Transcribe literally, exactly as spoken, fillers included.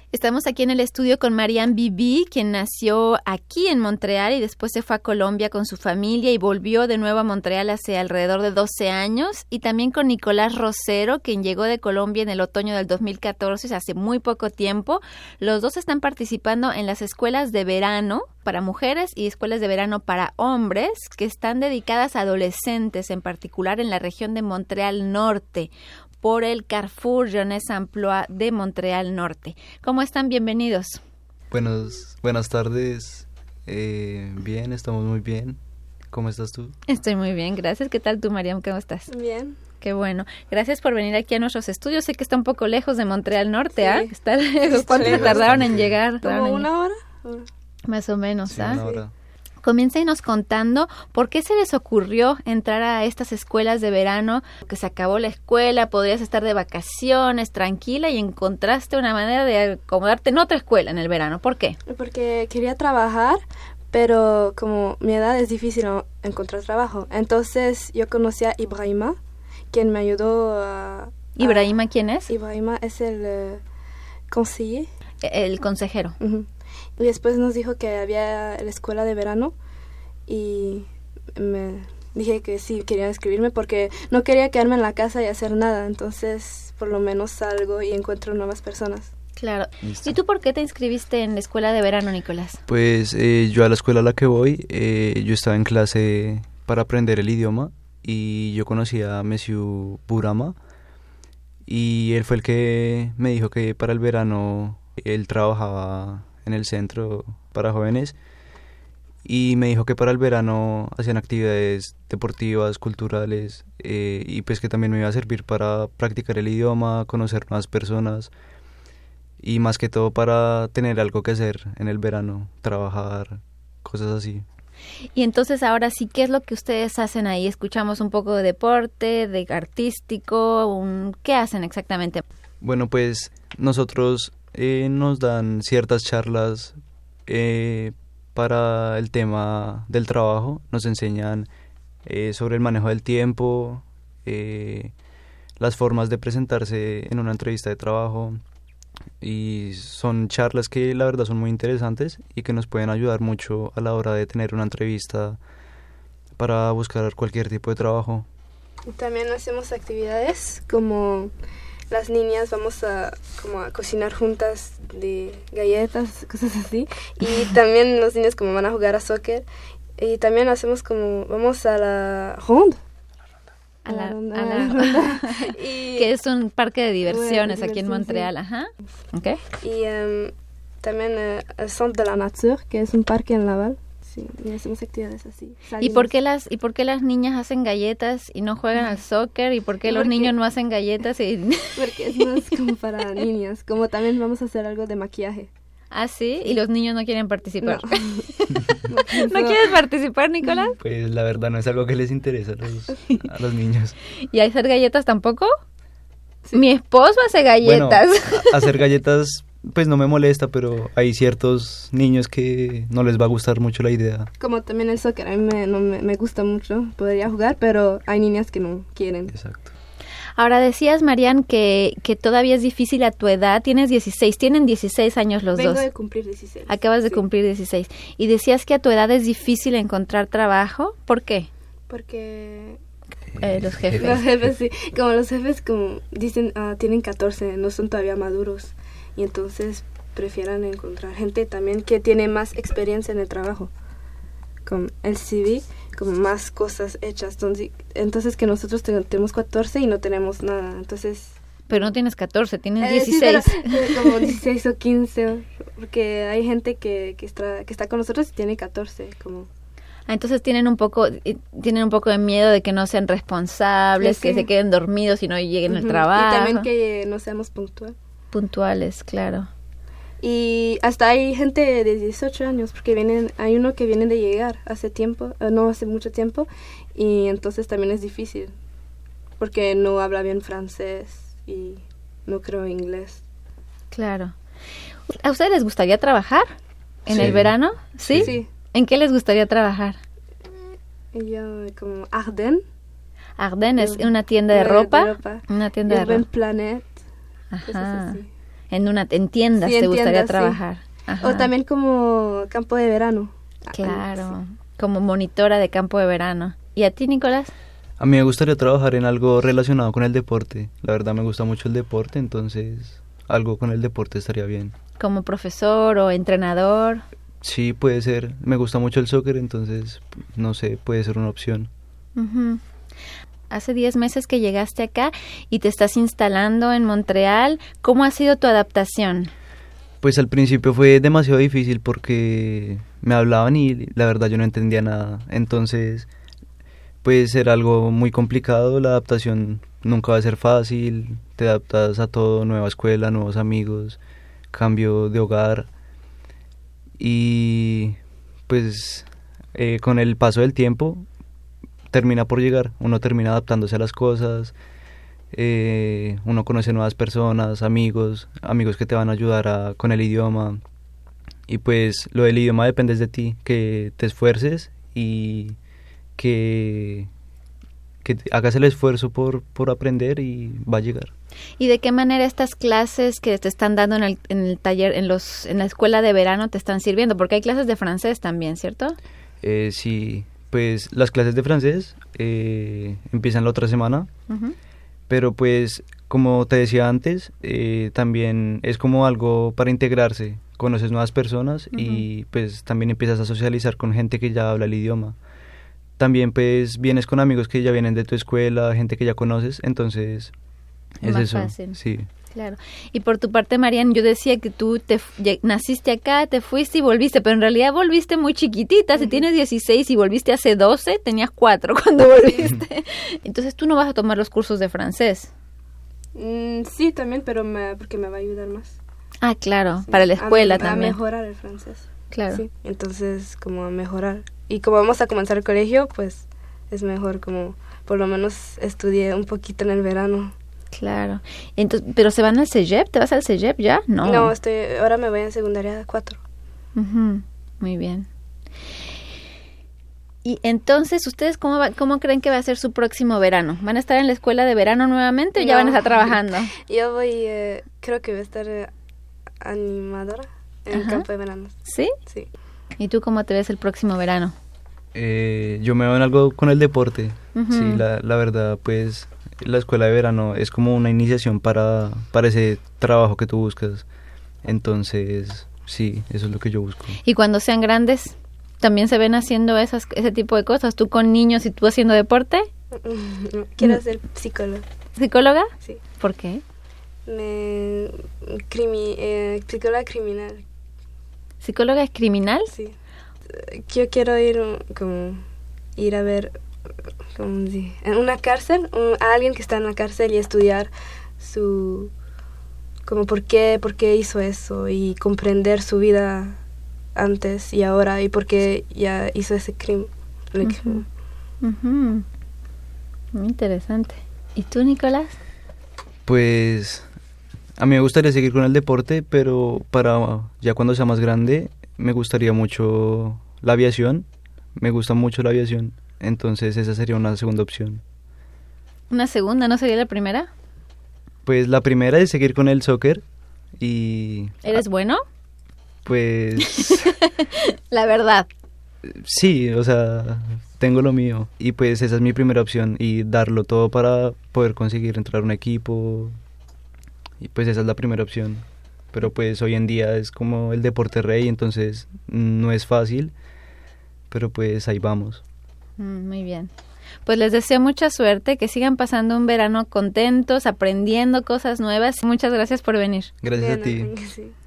Estamos aquí en el estudio con Marianne Bibi, quien nació aquí en Montreal y después se fue a Colombia con su familia y volvió de nuevo a Montreal hace alrededor de doce años. Y también con Nicolás Rosero, quien llegó de Colombia en el otoño del dos mil catorce, hace muy poco tiempo. Los dos están participando en las escuelas de verano para mujeres y escuelas de verano para hombres que están dedicadas a adolescentes, en particular en la región de Montreal Norte, por el Carrefour Jeunesse Emploi de Montreal Norte. ¿Cómo están? Bienvenidos. Buenos, buenas tardes. Eh, bien, estamos muy bien. ¿Cómo estás tú? Estoy muy bien, gracias. ¿Qué tal tú, Mariam? ¿Cómo estás? Bien. Qué bueno. Gracias por venir aquí a nuestros estudios. Sé que está un poco lejos de Montreal Norte, ¿ah? Sí. ¿eh? Está lejos. ¿Cuánto lejos. tardaron en llegar? ¿Como una hora? Más o menos, Sí, ¿ah? una hora. Comiéncenos contando por qué se les ocurrió entrar a estas escuelas de verano, que se acabó la escuela, podrías estar de vacaciones, tranquila, y encontraste una manera de acomodarte en otra escuela en el verano. ¿Por qué? Porque quería trabajar, pero como mi edad es difícil encontrar trabajo. Entonces yo conocí a Ibrahima, quien me ayudó a... ¿Ibrahima quién es? Ibrahima es el uh, conseller. El consejero. Uh-huh. Y después nos dijo que había la escuela de verano y me dije que sí, quería inscribirme porque no quería quedarme en la casa y hacer nada. Entonces, por lo menos salgo y encuentro nuevas personas. Claro. Listo. ¿Y tú por qué te inscribiste en la escuela de verano, Nicolás? Pues eh, yo a la escuela a la que voy, eh, yo estaba en clase para aprender el idioma y yo conocí a Monsieur Burama y él fue el que me dijo que para el verano él trabajaba en el centro para jóvenes y me dijo que para el verano hacían actividades deportivas, culturales eh, y pues que también me iba a servir para practicar el idioma, conocer nuevas personas y más que todo para tener algo que hacer en el verano, trabajar, cosas así. Y entonces ahora sí, ¿qué es lo que ustedes hacen ahí? Escuchamos un poco de deporte, de artístico, un... ¿qué hacen exactamente? Bueno, pues nosotros eh, nos dan ciertas charlas eh, para el tema del trabajo, nos enseñan eh, sobre el manejo del tiempo, eh, las formas de presentarse en una entrevista de trabajo y son charlas que la verdad son muy interesantes y que nos pueden ayudar mucho a la hora de tener una entrevista para buscar cualquier tipo de trabajo. También hacemos actividades como las niñas vamos a como a cocinar juntas de galletas, cosas así, y también los niños como van a jugar a soccer y también hacemos como vamos a la ronde. A la, a la, a a la, la ronda. Y, que es un parque de diversiones bueno, aquí en diversión, Montreal, sí. ajá. Okay. Y um, también uh, el Centre de la Nature, que es un parque en Laval. Sí, y hacemos actividades así. ¿Y Salimos. por qué las y por qué las niñas hacen galletas y no juegan al soccer? ¿Y por qué los Porque- niños no hacen galletas? Y... Porque es más como para niñas. Como también vamos a hacer algo de maquillaje. ¿Ah, sí? ¿Y los niños no quieren participar? No. ¿No quieres participar, Nicolás? Pues la verdad no es algo que les interesa a los, a los niños. ¿Y hacer galletas tampoco? Mi esposo hace galletas. Bueno, a- hacer galletas pues no me molesta, pero hay ciertos niños que no les va a gustar mucho la idea. Como también el soccer, a mí me, no me, me gusta mucho, podría jugar, pero hay niñas que no quieren. Exacto. Ahora decías, Marianne, que, que todavía es difícil a tu edad. Tienes dieciséis, tienen dieciséis años los Vengo dos. de cumplir dieciséis. Acabas de sí. cumplir dieciséis. Y decías que a tu edad es difícil encontrar trabajo. ¿Por qué? Porque Eh, los jefes. los jefes, sí, como los jefes como dicen, ah, tienen catorce, no son todavía maduros. Y entonces prefieren encontrar gente también que tiene más experiencia en el trabajo. Con el C V, como más cosas hechas. Entonces, entonces que nosotros te- tenemos catorce y no tenemos nada. Entonces... Pero no tienes catorce, tienes Eh, sí, dieciséis. pero, eh, como dieciséis o quince, porque hay gente que, que, está, que está con nosotros y tiene catorce, como... Ah, entonces tienen un poco eh, tienen un poco de miedo de que no sean responsables, Sí, que sí. se queden dormidos y no lleguen al Ujú. trabajo. Y también que no seamos puntuales. Puntuales, claro. Y hasta hay gente de dieciocho años, porque vienen, hay uno que viene de llegar hace tiempo, eh, no hace mucho tiempo, y entonces también es difícil, porque no habla bien francés y no creo inglés. Claro. ¿A ustedes les gustaría trabajar en Sí. el verano? ¿Sí? Sí. ¿En qué les gustaría trabajar? Y yo como Arden, Arden es De- una tienda de de- de ropa. ropa. Una tienda de Urban ropa. Planet, cosas Ajá. así. En una en tiendas Sí, te en gustaría tiendas, sí. trabajar. Ajá. O también como campo de verano. Claro, como monitora de campo de verano. ¿Y a ti, Nicolás? A mí me gustaría trabajar en algo relacionado con el deporte. La verdad me gusta mucho el deporte, entonces algo con el deporte estaría bien. ¿Como profesor o entrenador? Sí, puede ser. Me gusta mucho el soccer, entonces, no sé, puede ser una opción. Uh-huh. Hace diez meses que llegaste acá y te estás instalando en Montreal. ¿Cómo ha sido tu adaptación? Pues al principio fue demasiado difícil porque me hablaban y la verdad yo no entendía nada. Entonces, pues era algo muy complicado. La adaptación nunca va a ser fácil. Te adaptas a todo, nueva escuela, nuevos amigos, cambio de hogar. Y pues eh, con el paso del tiempo termina por llegar, uno termina adaptándose a las cosas, eh, uno conoce nuevas personas, amigos, amigos que te van a ayudar a, con el idioma, y pues lo del idioma depende de ti, que te esfuerces y que, que hagas el esfuerzo por, por aprender y va a llegar. ¿Y de qué manera estas clases que te están dando en el, en el taller, en los en la escuela de verano te están sirviendo? Porque hay clases de francés también, ¿cierto? Eh, sí, pues las clases de francés eh, empiezan la otra semana, uh-huh. Pero pues como te decía antes, eh, también es como algo para integrarse, conoces nuevas personas, uh-huh. Y pues también empiezas a socializar con gente que ya habla el idioma. También pues vienes con amigos que ya vienen de tu escuela, gente que ya conoces, entonces es más eso. Fácil. Sí. Claro. Y por tu parte, Marian, yo decía que tú te naciste acá, te fuiste y volviste, pero en realidad volviste muy chiquitita. Uh-huh. Si tienes dieciséis y volviste hace doce, tenías cuatro cuando volviste. Entonces tú no vas a tomar los cursos de francés. Mm, sí, también, pero me, porque me va a ayudar más. Ah, claro, sí. para la escuela a, también. A mejorar el francés. Claro. Sí, entonces como a mejorar. Y como vamos a comenzar el colegio, pues es mejor como por lo menos estudié un poquito en el verano. Claro. Entonces, ¿pero se van al CEGEP? ¿Te vas al CEGEP ya? No. No, estoy, ahora me voy en secundaria cuatro. Uh-huh. Muy bien. Y entonces, ¿ustedes cómo, va, cómo creen que va a ser su próximo verano? ¿Van a estar en la escuela de verano nuevamente o ya no. van a estar trabajando? Yo voy, eh, creo que voy a estar eh, animadora en el campo de verano. ¿Sí? Sí. ¿Y tú cómo te ves el próximo verano? Eh, yo me veo en algo con el deporte. Uh-huh. Sí, la, la verdad, pues la escuela de verano es como una iniciación para, para ese trabajo que tú buscas. Entonces, sí, eso es lo que yo busco. ¿Y cuando sean grandes, también se ven haciendo esas, ese tipo de cosas? ¿Tú con niños y tú haciendo deporte? Quiero mm. ser psicóloga. ¿Psicóloga? Sí. ¿Por qué? Me, crimi, eh, psicóloga criminal. ¿Psicóloga es criminal? Sí. Yo quiero ir como ir a ver como si, en una cárcel un, a alguien que está en la cárcel y estudiar su como por qué por qué hizo eso y comprender su vida antes y ahora y por qué ya hizo ese crimen. Uh-huh. Uh-huh. Muy interesante. ¿Y tú, Nicolás? Pues a mí me gustaría seguir con el deporte, pero para ya cuando sea más grande me gustaría mucho la aviación, me gusta mucho la aviación, entonces esa sería una segunda opción. ¿Una segunda? ¿No sería la primera? Pues la primera es seguir con el soccer y... ¿Eres bueno? Pues... La verdad. Sí, o sea, tengo lo mío y pues esa es mi primera opción y darlo todo para poder conseguir entrar a un equipo y pues esa es la primera opción. Pero pues hoy en día es como el deporte rey, entonces no es fácil, pero pues ahí vamos. Mm, muy bien. Pues les deseo mucha suerte, que sigan pasando un verano contentos, aprendiendo cosas nuevas. Muchas gracias por venir. Gracias Bien, a ti. sí.